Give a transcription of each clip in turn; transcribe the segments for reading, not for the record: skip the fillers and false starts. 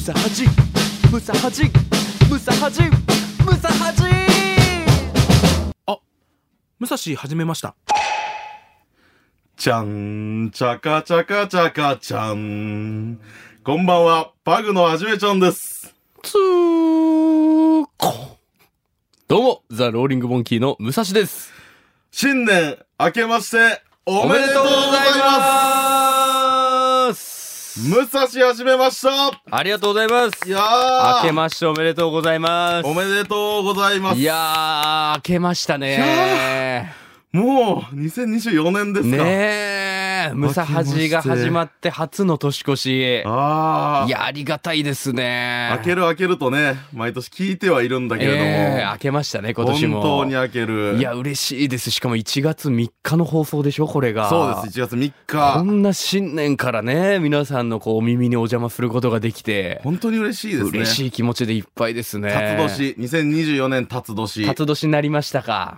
サハジムサハジムサハジムサハジ。あ、武蔵始めました。 ちゃんちゃかちゃかちゃかちゃん、こんばんは、パグのはじめちゃんです。 つーこ。どうもザ・ローリングモンキーの武蔵です。 新年明けましておめでとうございます。武蔵始めました。 ありがとうございます。 いやー、 明けましておめでとうございます。 おめでとうございます。 いやー、明けましたね。 もう2024年ですかねえ、ムサハジが始まって初の年越し。 ああ、 いや、ありがたいですね。 開けるとね、毎年聞いてはいるんだけれども、 開けましたね、今年も。 本当に開ける。 いや、嬉しいです。しかも1月3日の放送でしょ、これが。 そうです、1月3日。 こんな新年からね、皆さんのこう耳にお邪魔することができて、 本当に嬉しいですね。 嬉しい気持ちでいっぱいですね。 辰年、2024年辰年。 辰年になりましたか。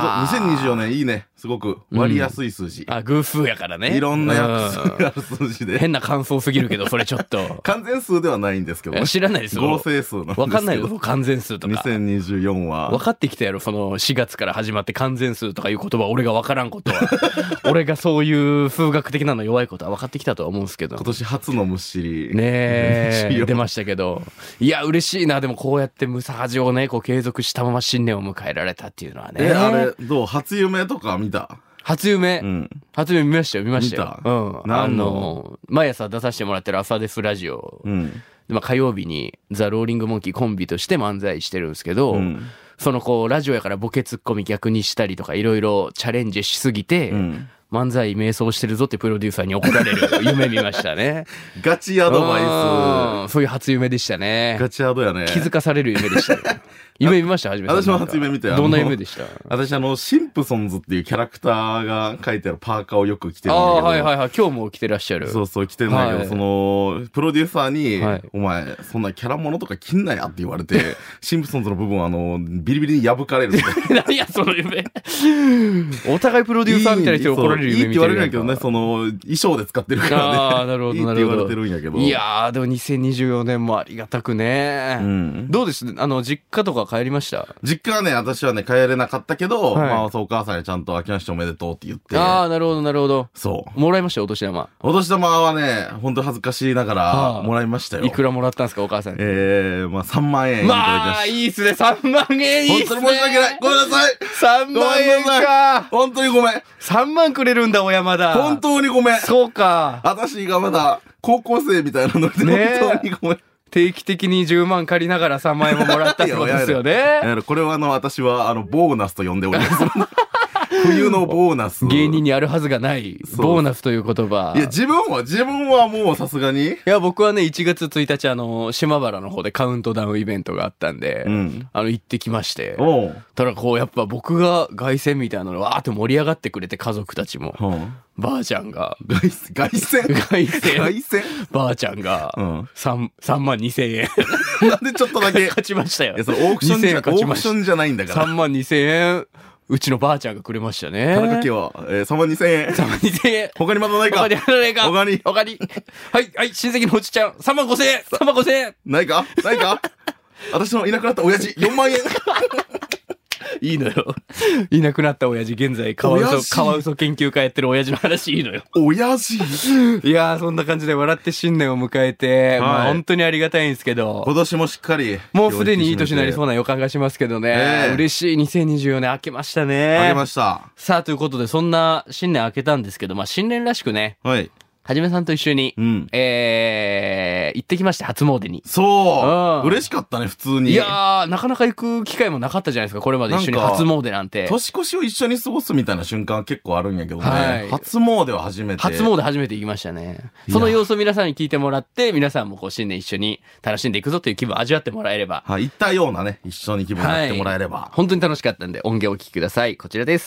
2024年いいね。すごく割りやすい数字。 あ、偶数やからね。 いろんな約束がある数字で。 変な感想すぎるけど、それちょっと。 完全数ではないんですけど、 知らないですよ。 合成数なんですけど。 わかんないよ、完全数とか。 2024は。 分かってきたやろ、その4月から始まって完全数とかいう言葉、俺が分からんことは。俺がそういう風学的なの弱いことは分かってきたとは思うんですけど。 今年初のむっしり。 ねえ、出ましたけど。いや、嬉しいな。でもこうやってムサハジをね、こう継続したまま新年を迎えられたっていうのはね。 あれ、どう初夢とか見た？ 初夢、初夢見ましたよ、見たよ。 毎朝出させてもらってる朝ですラジオ。火曜日にザ・ローリングモンキーコンビとして漫才してるんですけど、そのこう、ラジオやからボケツッコミ逆にしたりとかいろいろチャレンジしすぎて、漫才迷走してるぞってプロデューサーに怒られる夢見ましたね。 ガチアドバイス。 そういう初夢でしたね。 ガチアドやね。 気づかされる夢でしたね。夢見ました？初めて。 私も初夢見たよ。 どんな夢でした？ 私シンプソンズっていうキャラクターが書いてあるパーカーをよく着てるんだけど。 はいはいはい。今日も着てらっしゃる。 そうそう、着てるんだけど、その、プロデューサーに、お前、そんなキャラものとか着んなやって言われて、シンプソンズの部分はビリビリに破かれる。 何や、その夢。お互いプロデューサーみたいな人に怒られる夢見てる。 いいって言われるんやけどね、その、衣装で使ってるからね。 ああ、なるほど、なるほど。 いいって言われてるんやけど。 いやー、でも2024年もありがたくね。どうです？実家とか帰りました？ 実家はね、私はね、帰れなかったけど、まあ、そう、お母さんにちゃんと明けましておめでとうって言って。 ああ、なるほど、なるほど。 そう。 もらいましたよ、お年玉。 お年玉はね、本当に恥ずかしいながら、もらいましたよ。 いくらもらったんですか、お母さんに。 まあ、3万円いただきました。 まあ、いいっすね、3万円いいっすね。 本当に申し訳ない。ごめんなさい。 3万円か。 本当にごめん。 3万くれるんだ、親まだ。 本当にごめん。 そうか。 私がまだ、高校生みたいなので、本当にごめん。 定期的に10万借りながら3万円ももらったってことですよね。 これは私はボーナスと呼んでおります。冬のボーナス。 芸人にあるはずがないボーナスという言葉。 いや、自分はもうさすがに。いや、僕はね、1月1日島原の方でカウントダウンイベントがあったんで、行ってきまして。ただこう、やっぱ僕が凱旋みたいなのわーって盛り上がってくれて、家族たちも。ばあちゃんが。 凱旋ばあちゃんが、3万2千円。 なんでちょっとだけ。 勝ちましたよ。 いや、それオークションじゃないんだから。 3万2千円。うちのばあちゃんがくれましたね。 田中家は、3万2千円。 3万2千円。 他にまだないか。 他にまだないか。 他に。 はい、親戚のおじちゃん、3万5千円。3万5千円。 ないか私のいなくなった親父、4万円。 いいのよ。いなくなった親父、現在、カワウソ研究家やってる親父の話いいのよ。 親父いやー、そんな感じで笑って新年を迎えて、まあ本当にありがたいんですけど。 今年もしっかり。 もうすでにいい年になりそうな予感がしますけどね。嬉しい2024年明けましたね。 明けました。 さあ、ということで、そんな新年明けたんですけど、まあ新年らしくね。 はい。 はじめさんと一緒に、行ってきまして、初詣に。 そう。嬉しかったね、普通に。 いやー、なかなか行く機会もなかったじゃないですか、これまで一緒に初詣なんて。 年越しを一緒に過ごすみたいな瞬間は結構あるんやけどね。初詣は初めて。 初詣初めて行きましたね。その様子を皆さんに聞いてもらって、皆さんもこう新年一緒に楽しんでいくぞという気分を味わってもらえれば。 はい、行ったようなね、一緒に気分になってもらえれば。 本当に楽しかったんで、音源をお聞きください。こちらです。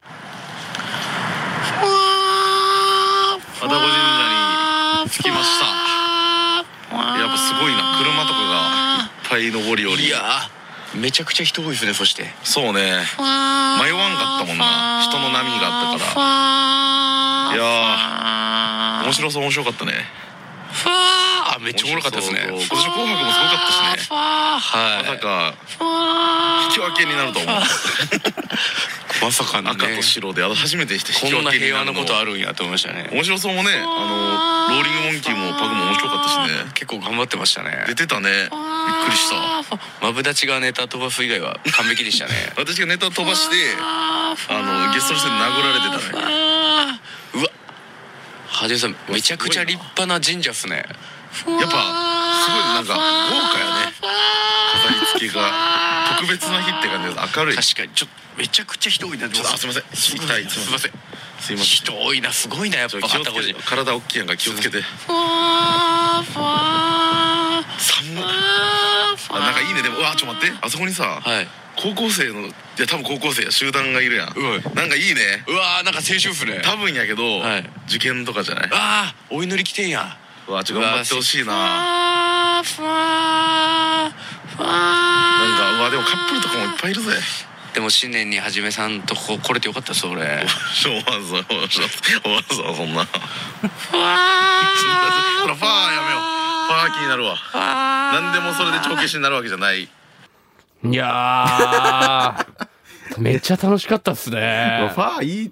愛宕神社に着きました。やっぱすごいな、車とかがいっぱい上り下り。 いやー、めちゃくちゃ人多いですね。そしてそうね、迷わんかったもんな、人の波があったから。いやー、面白かったね。 ふわー、 めっちゃおもろかったですね。今年の紅白もすごかったしね。はい。まさか引き分けになると思う。まさかね。赤と白で初めてして引き分けになるの。こんな平和なことあるんやと思いましたね。面白そうもね。ローリングモンキーもパグも面白かったしね。結構頑張ってましたね。出てたね。びっくりした。マブダチがネタ飛ばす以外は完璧でしたね。私がネタ飛ばしてゲストの人に殴られてたね。うわ。はじめさんめちゃくちゃ立派な神社っすね。やっぱすごいなんか豪華やね。飾り付けが特別な日って感じです。明るい。確かにめちゃくちゃ人多いな。ちょっとすみません。すみません。すいません。人多いな。すごいなやっぱ。体大きいやんか気をつけて。寒い。なんかいいね。でもうわちょっと待って。あそこにさ。はい。高校生のいや多分高校生や集団がいるやん。なんかいいね。うわなんか青春っすね。多分やけど受験とかじゃない。ああお祈り来てんや。うわちょっと頑張ってほしいな。なんかうわでもカップルとかもいっぱいいるぜ。でも新年にはじめさんとこ来れてよかったっす俺。思わずそんな。ファーやめよう。ファー気になるわ。なんでもそれで帳消しになるわけじゃない。 いやーめっちゃ楽しかったっすね。 ファーいいって。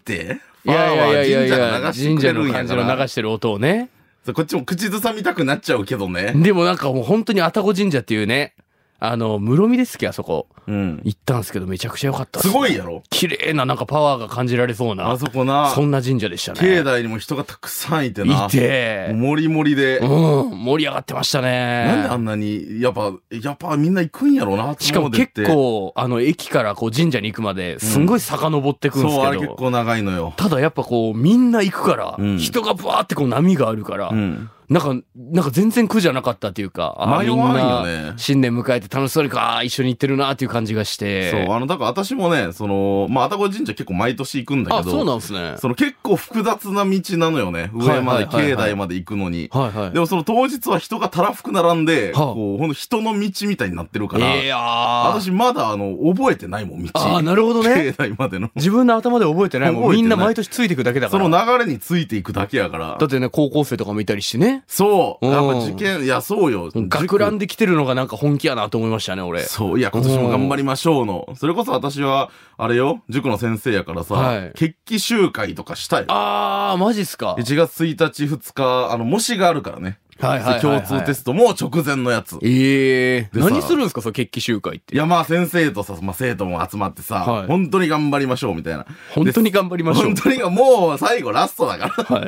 いや神社の感じの流してる音をね。 こっちも口ずさみたくなっちゃうけどね。 でもなんかもう本当に愛宕神社っていうね、室見ですっけ、あそこ。行ったんですけどめちゃくちゃ良かったっすね。 すごいやろ。 綺麗ななんかパワーが感じられそうな。 あそこな。 そんな神社でしたね。 境内にも人がたくさんいてな。 いて。 もりもりで。 盛り上がってましたね。 なんであんなに、やっぱみんな行くんやろな。 しかも結構、駅からこう神社に行くまで、すんごい遡ってくんですけど。 そう、あれ結構長いのよ。 ただやっぱこう、みんな行くから、人がバーってこう波があるから、なんか全然苦じゃなかったっていうか、みんな新年迎えて楽しそうに一緒に行ってるなっていう感じがして。 そう、だから私もね、愛宕神社結構毎年行くんだけど。 そうなんですね。 結構複雑な道なのよね。上まで、境内まで行くのに。でもその当日は人がたらふく並んで、こう、ほんと人の道みたいになってるから。私まだ覚えてないもん、道。 なるほどね。 境内までの。 自分の頭で覚えてないもん。みんな毎年ついていくだけだから。 その流れについていくだけやから。 だってね、高校生とかもいたりしてね。 そう。やっぱ受験、いや、そうよ。 学ランで来てるのがなんか本気やなと思いましたね、俺。 そう。いや、今年も頑張りましょうの。それこそ私は、あれよ、塾の先生やからさ、決起集会とかしたよ。 マジっすか。 1月1日、2日、模試があるからね。共通テストも直前のやつ。 何するんですか、その決起集会って。 いや、先生とさ、生徒も集まってさ、本当に頑張りましょうみたいな。 本当に頑張りましょう。 本当にもう最後ラストだから。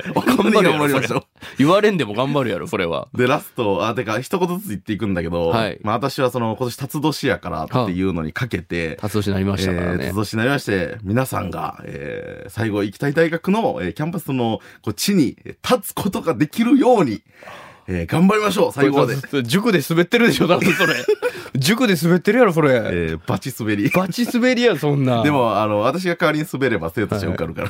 本当に頑張りましょう。 言われんでも頑張るやろ、それは。 で、ラスト、てか、一言ずつ言っていくんだけど、私は今年辰年やからっていうのにかけて、 辰年になりましたからね。 辰年になりまして、皆さんが、最後行きたい大学の、キャンパスの地に立つことができるように、頑張りましょう、最後まで。 塾で滑ってるでしょ、多分それ。塾で滑ってるやろ、それ。 バチ滑り。 バチ滑りや、そんな。 でも、私が代わりに滑れば生徒たち受かるから。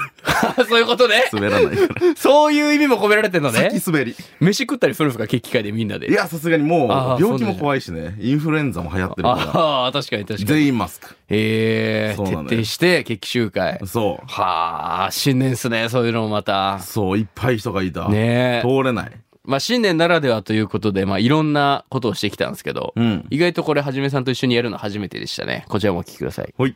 そういうことね。 滑らないから。 そういう意味も込められてんのね。 先滑り。 飯食ったりするんですか、決起会でみんなで。 いや、さすがにもう、病気も怖いしね。インフルエンザも流行ってるから。 確かに確かに。 全員マスク。 徹底して決起集会。 そう。 新年っすね、そういうのもまた。 そう、いっぱい人がいた。 ねえ。 通れない。 新年ならではということで、いろんなことをしてきたんですけど、意外とこれはじめさんと一緒にやるの初めてでしたね。こちらもお聞きください。 はい。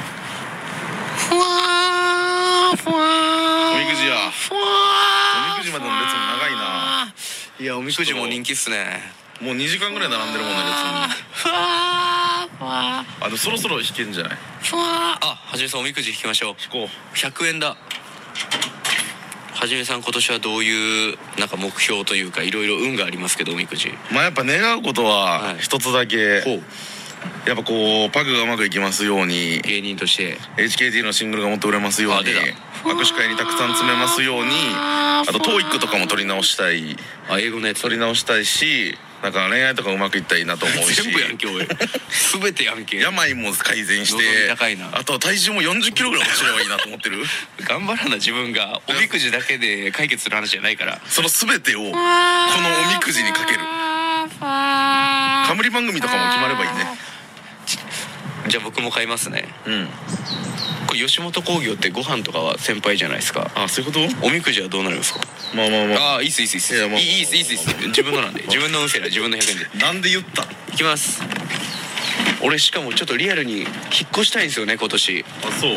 おみくじや。おみくじまでの列も長いな。いや、おみくじも人気っすね。もう2時間ぐらい並んでるもんね、列に。でもそろそろ引けんじゃない？はじめさんおみくじ引きましょう。引こう。100円だ。はじめさん今年はどういうなんか目標というかいろいろ運がありますけどおみくじ。やっぱ願うことは一つだけ、やっぱこうパグがうまくいきますように、芸人として HKT のシングルがもっと売れますように、握手会にたくさん詰めますように、あと TOEIC とかも取り直したい。英語のやつ取り直したいし、なんか恋愛とかうまくいったらいいなと思うし。全部やんけおい。全てやんけ。病も改善して、あと体重も40キロぐらい落ちればいいなと思ってる。頑張らな自分が。おみくじだけで解決する話じゃないから。その全てをこのおみくじにかける。冠番組とかも決まればいいね。じゃあ僕も買いますね。 これ吉本興業ってご飯とかは先輩じゃないですか。 あ、そういうこと？ おみくじはどうなるんですか？ まあ。 あ、いいっす。いいっす。自分のなんで。自分の運勢だ。自分の100円で。 なんで言った？ いきます。俺しかもちょっとリアルに引っ越したいんですよね、今年。 あ、そう。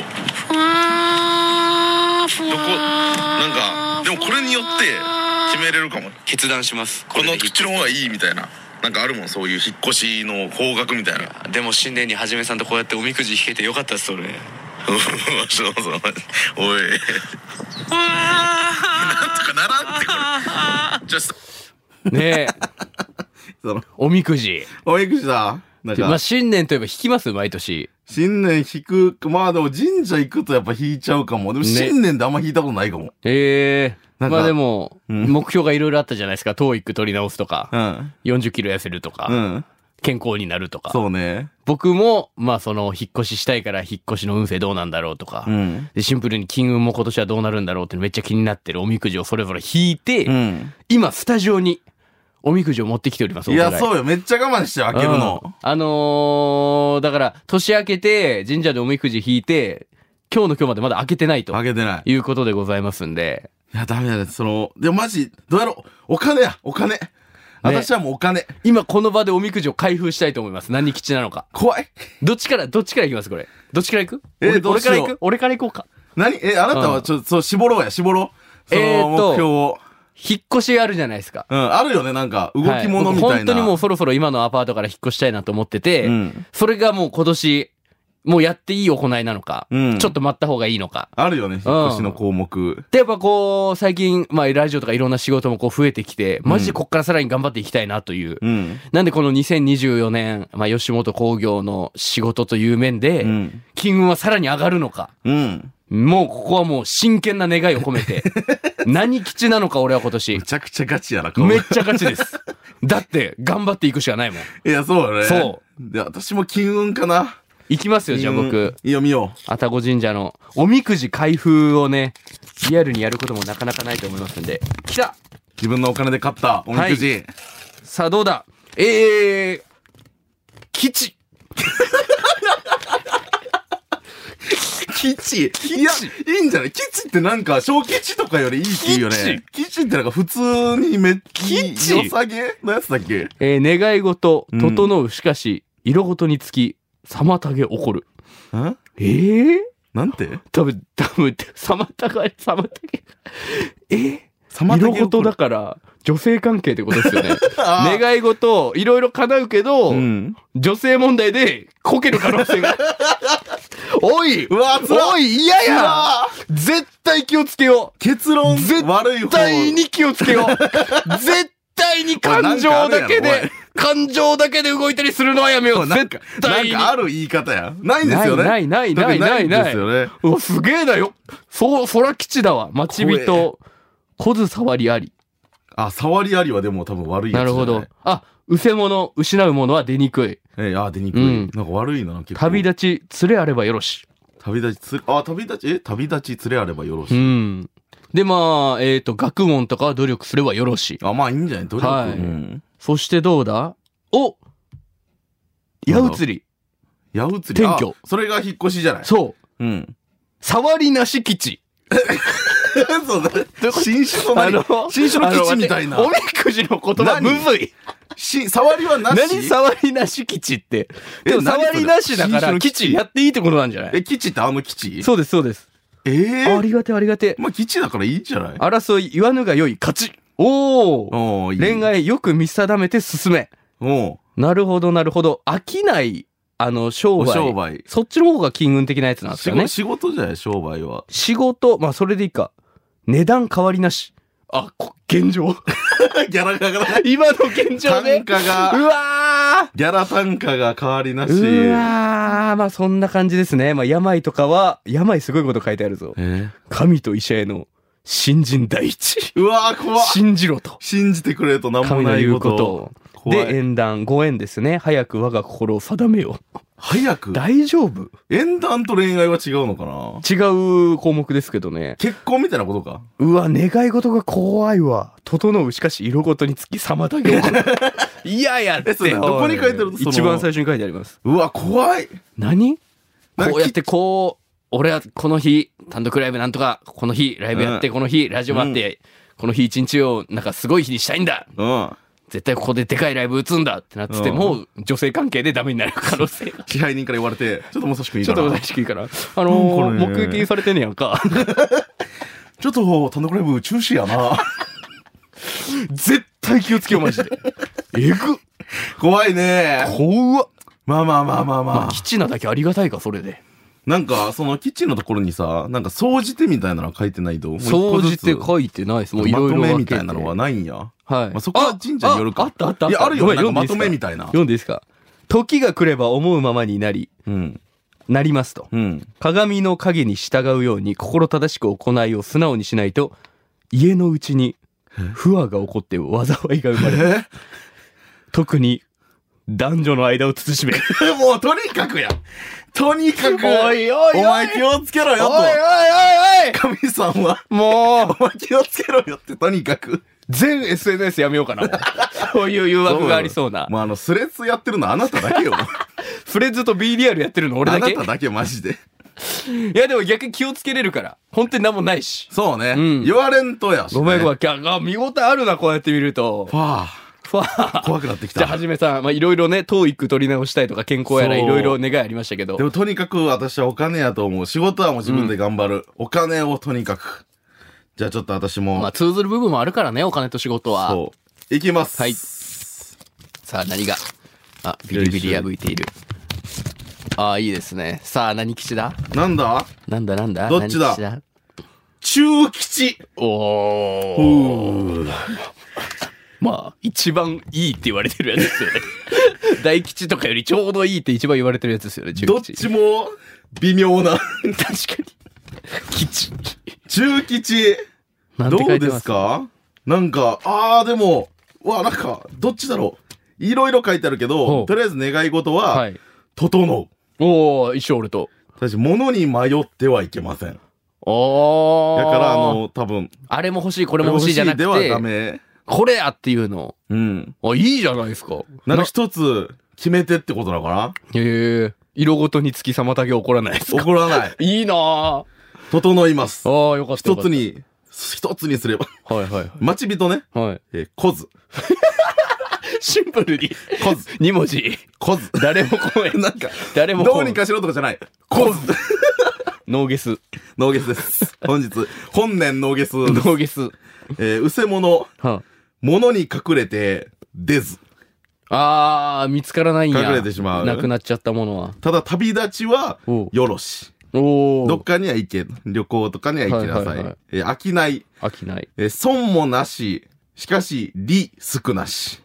なんかでもこれによって決めれるかも。 決断します。 この口の方がいいみたいな。なんかあるもん、そういう引っ越しの方角みたいな。 でも新年にはじめさんとこうやっておみくじ引けてよかったっす、俺。おい。 なんとかならんってこれ。じゃあねえおみくじだ。なんかまあ新年といえば引きます毎年。 新年引く。まあでも神社行くとやっぱ引いちゃうかも。でも新年であんま引いたことないかも。 まあでも、目標がいろいろあったじゃないですか。TOEIC取り直すとか、40キロ痩せるとか、健康になるとか。 そうね。 僕も、まあその、引っ越ししたいから引っ越しの運勢どうなんだろうとか、でシンプルに金運も今年はどうなるんだろうってめっちゃ気になってるおみくじをそれぞれ引いて、今スタジオにおみくじを持ってきております。 いや、そうよ。めっちゃ我慢して開けるの。 だから、年明けて、神社でおみくじ引いて、今日の今日までまだ開けてないと。 開けてない。 いうことでございますんで。 いや、ダメだね。でもマジ、どうやろう。お金や、お金。私はもうお金。 今この場でおみくじを開封したいと思います。何吉なのか。 怖い。 どっちから行きますこれ。どっちから行く？ どうしよう。 俺から行こうか。 あなたは絞ろう。その目標を。 引っ越しあるじゃないですか。 あるよね、なんか、動き物みたいな。 本当にもうそろそろ今のアパートから引っ越したいなと思ってて、それがもう今年、もうやっていい行いなのか、ちょっと待った方がいいのか。 あるよね、引っ越しの項目。 で、やっぱこう、最近、まあ、ラジオとかいろんな仕事もこう増えてきて、マジでこっからさらに頑張っていきたいなという。なんでこの2024年、まあ、吉本興業の仕事という面で、金運はさらに上がるのか。もうここはもう真剣な願いを込めて、何吉なのか俺は今年。 めちゃくちゃガチやな、 めっちゃガチです。だって、頑張っていくしかないもん。 いや、そうだね。 そう。 で、私も金運かな。 行きますよ、じゃあ僕。 いいよ、見よう。 愛宕神社のおみくじ開封をね、リアルにやることもなかなかないと思いますんで。来た！ 自分のお金で買ったおみくじ。 さあ、どうだ？吉！ 吉。いや、いいんじゃない？吉ってなんか、小吉とかよりいいって言うよね。吉ってなんか普通にめっちゃ良さげのやつだっけ？ 願い事、整う、しかし、色ごとにつき、妨げ起こる。 なんて？ 多分、妨げ。色ごとだから、女性関係ってことですよね。願い事、いろいろ叶うけど、女性問題でこける可能性が。おい！おい！嫌や！絶対気をつけよう！ 結論悪い方。 絶対に気をつけよう！絶対に感情だけで動いたりするのはやめよう。絶対に。 なんかある言い方や。ないんですよね。 ないですよね。 すげえだよ。そら吉だわ。待ち人、こず触りあり。 あ、触りありはでも多分悪いやつじゃない。 なるほど。あ、失うものは出にくい。 出にくい。なんか悪いな、結構。 旅立ち、連れあればよろし。 旅立ち、連れあればよろし。 で、まあ、学問とかは努力すればよろし。 まあいいんじゃない？努力。 はい。そしてどうだ？矢移り。転居。 それが引っ越しじゃない？ そう。触りなし吉。 そうだね。新種の基地みたいな。 おみくじの言葉むずい。 触りはなし？ 何触りなし基地って。でも触りなしだから基地やっていいってことなんじゃない？ 基地って基地？ そうです、そうです。ありがて。 まあ基地だからいいんじゃない？ 争い言わぬが良い勝ち。恋愛よく見定めて進め。なるほど。飽きない、商売。そっちの方が金運的なやつなんですかね。 仕事じゃない、商売は。 仕事、まあそれでいいか。値段変わりなし。現状。 ギャラが今の現状で。 単価が。 うわー！ ギャラ単価が変わりなし。 うわー、まあそんな感じですね。まあ病とかは、病すごいこと書いてあるぞ。神と医者への信心第一。 うわー、怖っ。 信じろと。 信じてくれと何もないこと。 で、縁談、ご縁ですね。早く我が心を定めよう。 早く？ 大丈夫？ 縁談と恋愛は違うのかな？ 違う項目ですけどね。 結婚みたいなことか？ うわ、願い事が怖いわ。整う、しかし色ごとにつき妨げ起こる。いやって。 どこに書いてるの？ 一番最初に書いてあります。 うわ、怖い。 何？こうやってこ俺はこの日、単独ライブなんとか、この日、ライブやって、この日、ラジオ待って、この日一日をなんかすごい日にしたいんだ。絶対ここででかいライブ打つんだってなってても、女性関係でダメになる可能性が。 支配人から言われて、ちょっともう少しくいいかな。 ちょっともう少しくいいかな。目撃されてんねやんか。 ちょっと単独ライブ中止やな。 絶対気をつけよう、マジで。えぐ。 怖いね。 怖っ。 まあ。 基地なだけありがたいか、それで。 なんか、そのキッチンのところにさ、なんか、総じてみたいなのは書いてないと。 総じて書いてないです。もういろいろ。 まとめみたいなのはないんや。はい。 まあ、そこは神社によるか。 あった。 いや、あるよ。なんかまとめみたいな。 読んでいいですか。時が来れば思うままになり、なりますと。鏡の影に従うように心正しく行いを素直にしないと、家のうちに不和が起こって災いが生まれる。特に、男女の間を慎め。 もうとにかくや。とにかく。 おいお前気をつけろよと。 おい神さんは。 もう。 お前気をつけろよってとにかく。 全 SNS やめようかな。そういう誘惑がありそうな。 もうスレッズやってるのあなただけよ。 スレッズと BDR やってるの俺だけ。 あなただけマジで。 いやでも逆に気をつけれるから。本当になんもないし。 そうね。言われんとやし。 ごめん。見応えあるな、こうやって見ると。 怖くなってきた。 じゃあはじめさん、いろいろね、TOEIC取り直したいとか健康やらいろいろ願いありましたけど。 でもとにかく私はお金やと思う。仕事はもう自分で頑張る。お金をとにかく。じゃあちょっと私も。 通ずる部分もあるからね、お金と仕事は。 そう。いきます。 はい。さあ何が。ビリビリ破いている。いいですね。さあ何吉だ。 なんだどっちだ。中吉。 一番いいって言われてるやつですよね。大吉とかよりちょうどいいって一番言われてるやつですよね、中吉。 どっちも微妙な。 確かに。吉。 中吉。どうですか。なんか、でも、なんか、どっちだろう。いろいろ書いてあるけど、とりあえず願い事は、整う。 一生俺と。 私、物に迷ってはいけません。だから多分。 あれも欲しい、これも欲しいじゃなくて。 ではダメ。 これやっていうの。いいじゃないですか。 なんか一つ決めてってことなのかな。 色ごとにつき妨げ起こらないですか。 起こらない。 いいなぁ。 整います。 よかった。 一つにすれば。待ち人ね。小津。 シンプルに。 小津。 2文字。 小津。 誰も来ない。 なんか、誰もどうにかしろとかじゃない。小津。 ノーゲス。 ノーゲスです。本日、本年ノーゲス。 ノーゲス。 うせ者。物に隠れて、出ず。 見つからないんや。 隠れてしまう。 なくなっちゃったものは。 ただ旅立ちは、よろし。どっかには行け。旅行とかには行きなさい。飽きない。損もなし。しかし、利少なし。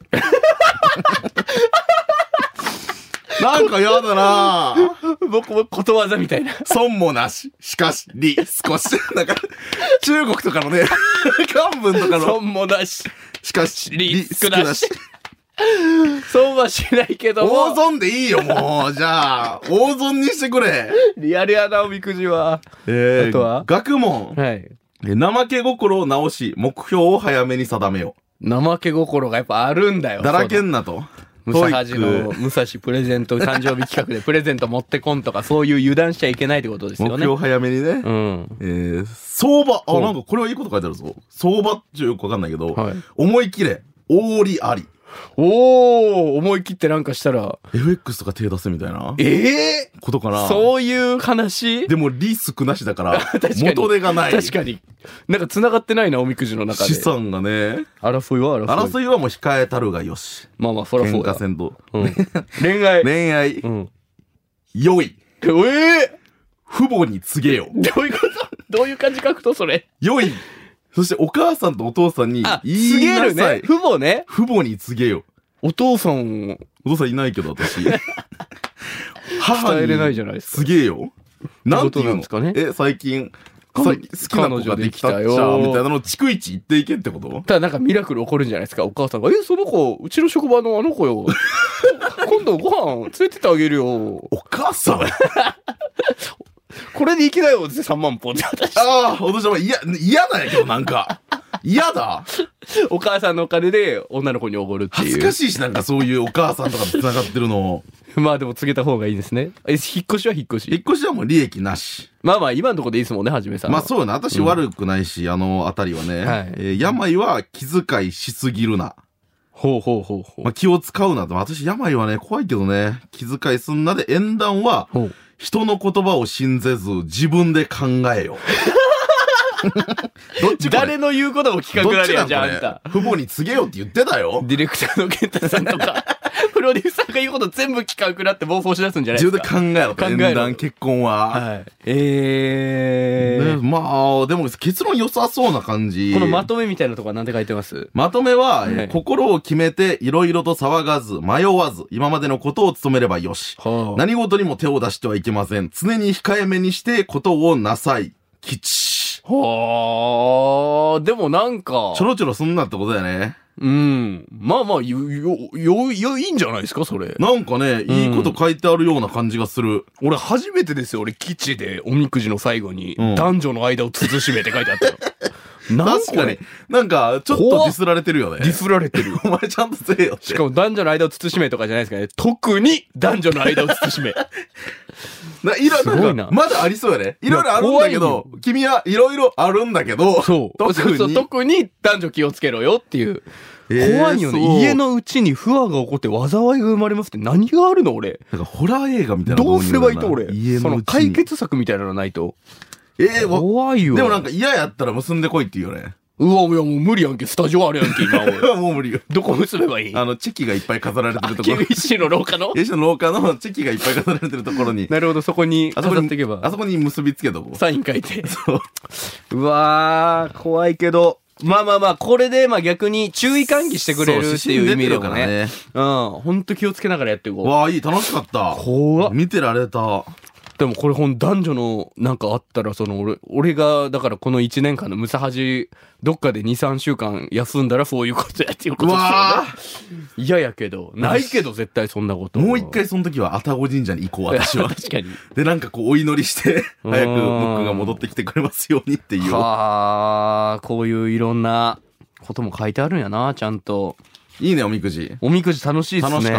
なんか嫌だなぁ。 僕もことわざみたいな。 損もなし。しかし、利少し。なんか、中国とかのね、漢文とかの。 損もなし。 しかし、 利少なし。損はしないけども。 大損でいいよ、もう。じゃあ、大損にしてくれ。 リアルやな、おみくじは。あとは学問。怠け心を直し、目標を早めに定めよう。怠け心がやっぱあるんだよ。 だらけんなと。 ムサハジの武蔵プレゼント誕生日企画でプレゼント持ってこんとかそういう油断しちゃいけないってことですよね。 目標早めにね。相場。なんかこれはいいこと書いてあるぞ。相場ってよくわかんないけど、思い切れ。大利あり。 思い切ってなんかしたら FX とか手出せみたいなことかな。 そういう話。 でもリスクなしだから元手がない。 確かになんか繋がってないな、おみくじの中で。 資産がね。 争いはもう控えたるがよし。 そらそうや。 喧嘩せんと。 恋愛。良い。父母に告げよ。 どういうこと？どういう感じ書くとそれ。 良い。そしてお母さんとお父さんに言いなさい。 父母ね。 父母に告げよ。 お父さんいないけど私。 母に告げよ。なんて言うんですかね。最近好きな子ができたっちゃみたいなのを逐一言っていけってこと？ ただなんかミラクル起こるんじゃないですか。お母さんがその子うちの職場のあの子よ。今度ご飯連れてってあげるよ。 お母さん。 これで行きなよって3万本って私。 お年玉嫌なんやけどなんか。 嫌だ。 お母さんのお金で女の子におごるっていう。 恥ずかしいし、なんかそういうお母さんとかと繋がってるの。 まあでも告げた方がいいですね。引っ越しは引っ越し。 引っ越しはもう利益なし。 まあまあ今のところでいいですもんね、はじめさん。 まあそうよね。私悪くないし、あのあたりはね。 はい、 病は気遣いしすぎるな。 ほうほうほうほう。 まあ気を使うなと。私病はね、怖いけどね。気遣いすんなで、縁談は、人の言葉を信ぜず自分で考えよ。どっち誰の言うことも聞かんくなるやん、じゃああんた。 父母に告げよって言ってたよ。 ディレクターの健太さんとか、プロデューサーが言うこと全部聞かんくなって暴走し出すんじゃないですか。 自分で考えろと。縁談、結婚は。 はい。 ね、まあ、でも結論良さそうな感じ。 このまとめみたいなとこはなんて書いてます？ まとめは、心を決めていろいろと騒がず、迷わず、今までのことを務めればよし。何事にも手を出してはいけません。常に控えめにしてことをなさい。吉。 はあ、でもなんか。 ちょろちょろすんなってことだよね。 うん。まあまあ、いいんじゃないですか、それ。 なんかね、いいこと書いてあるような感じがする。 俺初めてですよ、俺基地でおみくじの最後に、男女の間を慎めって書いてあったの。 確かに。なんか、ちょっとディスられてるよね。 ディスられてる。 お前ちゃんとせえよって。 しかも男女の間を慎めとかじゃないですかね。特に男女の間を慎め。 すごいな。まだありそうやね。いろいろあるんだけど、君はいろいろあるんだけど、 そう。特に男女気をつけろよっていう。怖いよね。家のうちに不和が起こって災いが生まれますって何があるの俺。 なんかホラー映画みたいな。 どうすればいいと俺。その解決策みたいなのないと。怖いよ。 でもなんか嫌やったら結んでこいって言うよね。 うわ、いやもう無理やんけ。スタジオあるやんけ、今俺。 もう無理よ。 どこ結べばいい？ チェキがいっぱい飾られてるところ。 KBC の廊下の KBC の廊下のチェキがいっぱい飾られてるところに。 なるほど、そこに飾っていけば。 あそこに結びつけとこう。 サイン書いて。そう。うわー、怖いけど。まあまあまあ、これでまあ逆に注意喚起してくれるっていう意味でもね。うん。ほんと気をつけながらやっていこう。 わあ、いい、楽しかった。 怖っ。 見てられた。 でもこれ男女のなんかあったら、俺が、だからこの1年間のムサハジ、どっかで2、3週間休んだらそういうことやっていうことですよね。嫌やけど、ないけど絶対そんなこと。 もう一回その時は愛宕神社に行こう、私は。 確かに。 で、なんかこうお祈りして、早くムックが戻ってきてくれますようにっていう。 はあ、こういういろんなことも書いてあるんやな、ちゃんと。 いいね、おみくじ。 おみくじ楽しいですね。 楽しかった。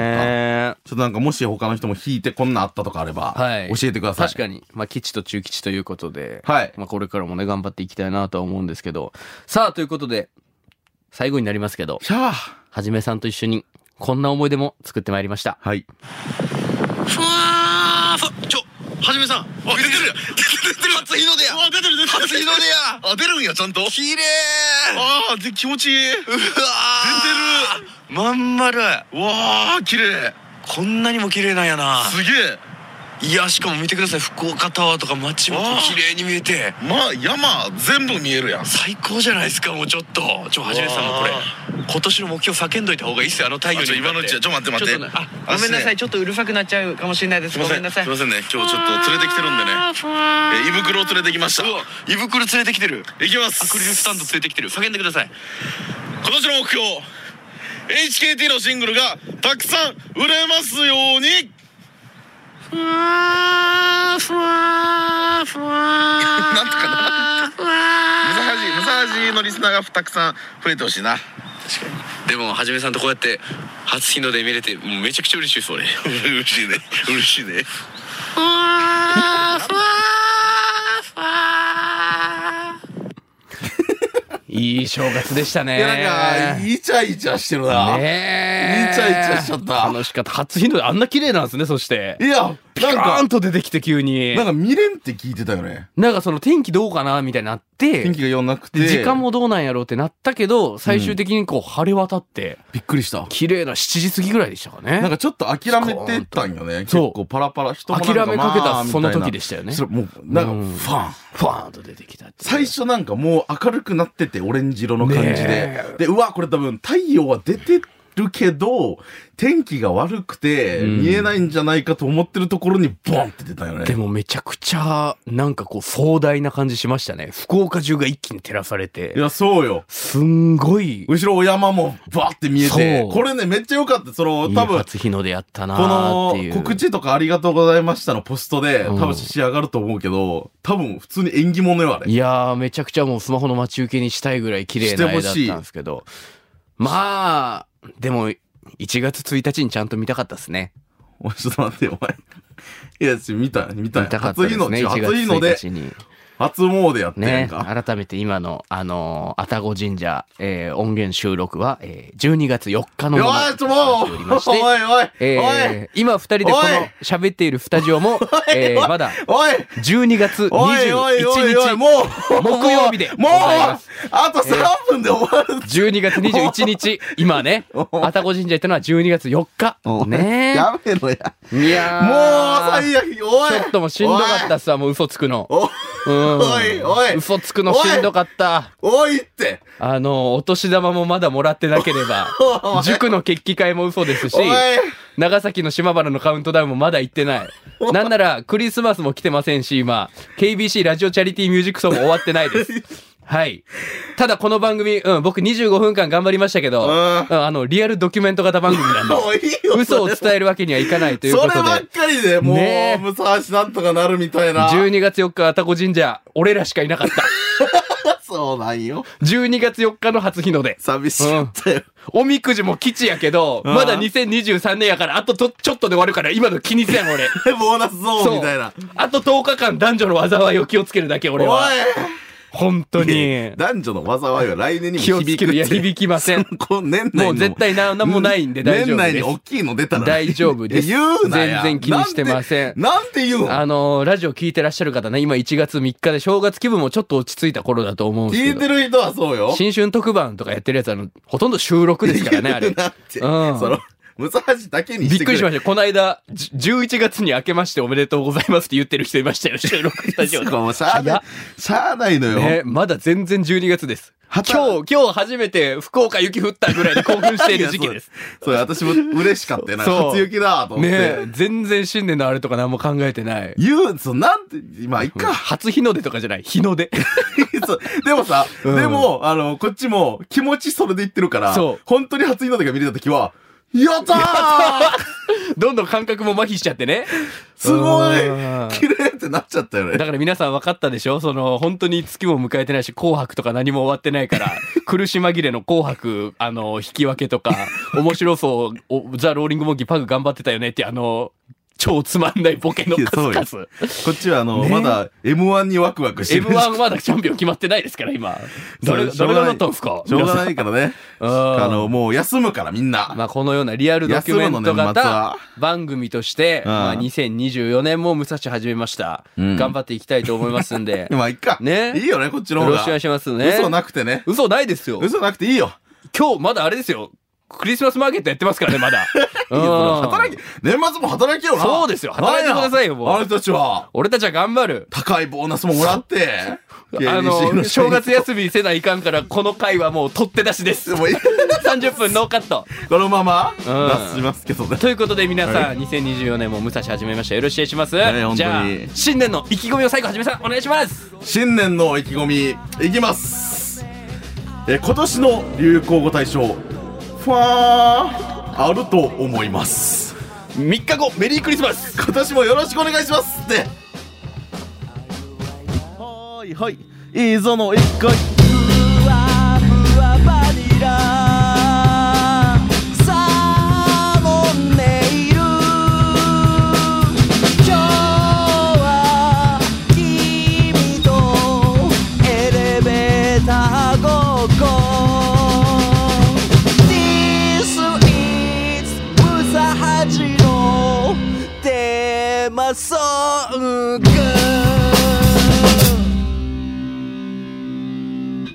ちょっとなんかもし他の人も引いてこんなあったとかあれば、教えてください。 確かに。まあ、吉と中吉ということで、 はい。 まあ、これからもね、頑張っていきたいなとは思うんですけど。さあ、ということで、最後になりますけど、はじめさんと一緒に、こんな思い出も作ってまいりました。 はい。 はじめさん、出てる初日の出や。出てる初日の出や。出るんや、ちゃんと。綺麗。気持ちいい。うわ出てる。まん丸。わあ、綺麗。こんなにも綺麗なんやな。すげえ。いや、しかも見てください、福岡タワーとか街も綺麗に見えて、まあ山全部見えるやん。最高じゃないですか。もうちょっとはじめさんもこれ今年の目標叫んどいた方がいいっすよ。太陽に今のうちは。ちょっと待ってごめんなさい、ちょっとうるさくなっちゃうかもしれないです。ごめんなさい。すいませんね、今日ちょっと連れてきてるんでね、胃袋を連れてきました。胃袋連れてきてる。いきます。アクリルスタンド連れてきてる。叫んでください。今年の目標、HKT のシングルがたくさん売れますように。ふわーふわーふわーなんとかな。ムサハジのリスナーがたくさん増えてほしいな。確かに。でもはじめさんとこうやって初日の出見れて、もうめちゃくちゃ嬉しいです。それ嬉しいね、嬉しいね。ふわーふわーふわーいい正月でしたね。 いや、なんか、イチャイチャしてるな。 ねえ。 イチャイチャしちゃった。 楽しかった。初日の出あんな綺麗なんですね、そして。 いや、 ピカーンと出てきて急に。 なんか見れんって聞いてたよね。 なんかその天気どうかなみたいになって。 天気が読んなくて。 時間もどうなんやろうってなったけど、最終的にこう晴れ渡って。 びっくりした。 綺麗な7時過ぎぐらいでしたかね。 なんかちょっと諦めてたんよね。結構パラパラ。人も諦めかけたその時でしたよね。 それもう、なんかファンと出てきた。最初なんかもう明るくなってて、オレンジ色の感じで。で、うわ、これ多分太陽は出てるけど、天気が悪くて見えないんじゃないかと思ってるところにボンって出たよね。 でもめちゃくちゃなんかこう壮大な感じしましたね。福岡中が一気に照らされて。 いや、そうよ。 すんごい。 後ろお山もバーって見えて。これね、めっちゃ良かった。多分。 初日の出やったなーっていう。 この告知とかありがとうございましたのポストで、多分仕上がると思うけど、多分普通に縁起物よ、あれ。 いやー、めちゃくちゃもうスマホの待ち受けにしたいぐらい綺麗な絵だったんですけど。まあ、でも、1月1日にちゃんと見たかったっすね。 おい、ちょっと待ってよ、お前。いや、見たい。 見たかったですね。 初日ので。初詣やってんか、 ね、改めて今の、愛宕神社、音源収録は、12月4日のものとなっておりまして、 おい今2人でこの喋っているスタジオも、まだ、12月21日、木曜日でございます。 あと3分で終わる。 12月21日、今ね、愛宕神社ってのは12月4日。ねえ。 やめろや。 いやもう最悪、おい。 ちょっともうしんどかったっすわ、もう嘘つくの。 おい嘘つくのしんどかった。 おいって。 お年玉もまだもらってなければ、塾の決起会も嘘ですし、長崎の島原のカウントダウンもまだ行ってない。なんならクリスマスも来てませんし、今、KBC ラジオチャリティーミュージックソンも終わってないです。はい。ただこの番組、僕25分間頑張りましたけど、リアルドキュメント型番組なんで、嘘を伝えるわけにはいかないということで。 そればっかりでもう、ムサシなんとかなるみたいな。 12月4日、愛宕神社、俺らしかいなかった。 そうなんよ。 12月4日の初日の出。 寂しかったよ。 おみくじも吉やけど、まだ2023年やから、あとちょっとで終わるから、今の気にせん、俺。 ボーナスゾーンみたいな。 あと10日間男女の災いを気をつけるだけ、俺は。 おい本当に。 男女の災いは来年にも気をつける。いや、響きません。 年内もう絶対なんもないんで大丈夫です。 年内に大きいの出たら大丈夫です。 言うなや。 全然気にしてません。 なんて言うのラジオ聞いてらっしゃる方ね、今1月3日で正月気分もちょっと落ち着いた頃だと思うんですけど。 聞いてる人はそうよ。 新春特番とかやってるやつほとんど収録ですからね、あれ。 ムサハシだけにしてくれ。 びっくりしました。この間、11月に明けましておめでとうございますって言ってる人いましたよ、収録スタジオで。 もうしゃあないのよ。 ね、まだ全然12月です。今日初めて福岡雪降ったぐらいで興奮している時期です。 そう、私も嬉しかったよな。初雪だと思って。 ね全然新年のあれとか何も考えてない。 なんて、まあ、いっか。 初日の出とかじゃない、日の出。 でもさ、でも、こっちも気持ちそれで言ってるから、本当に初日の出が見れた時は、やったーどんどん感覚も麻痺しちゃってね。 すごい綺麗ってなっちゃったよね。 だから皆さん分かったでしょ？本当に月も迎えてないし、紅白とか何も終わってないから、苦し紛れの紅白、引き分けとか、面白そう、ザ・ローリング・モンキーパグ頑張ってたよねって超つまんないボケの数々。 こっちはまだ M1 にワクワクしてる。 M1 まだチャンピオン決まってないですから、今。誰がなったんですか？ しょうがないからね。もう休むからみんな。 まあこのようなリアルドキュメント型番組として、2024年も武蔵始めました。頑張っていきたいと思いますんで。 まあいっか。 ね。 いいよね、こっちの方が。 よろしくお願いしますね。 嘘なくてね。 嘘ないですよ。 嘘なくていいよ。 今日まだあれですよ。クリスマスマーケットやってますからね、まだ。 年末も働きよな。 そうですよ。働いてくださいよ、もう。 あの人たちは。 俺たちは頑張る。 高いボーナスももらって。 正月休みせないかんから、この回はもう取って出しです。30分ノーカット。 このまま出しますけどね。 ということで皆さん、2024年も武蔵始めました。よろしくお願いします。じゃあ、新年の意気込みを最後はじめさん、お願いします。 新年の意気込み、いきます。今年の流行語大賞、ファーあると思います。 3日後メリークリスマス。 今年もよろしくお願いしますって。はいはい、いいぞの一回。ふわふわバニラサーモンネイル、今日は君とエレベーターごっこ。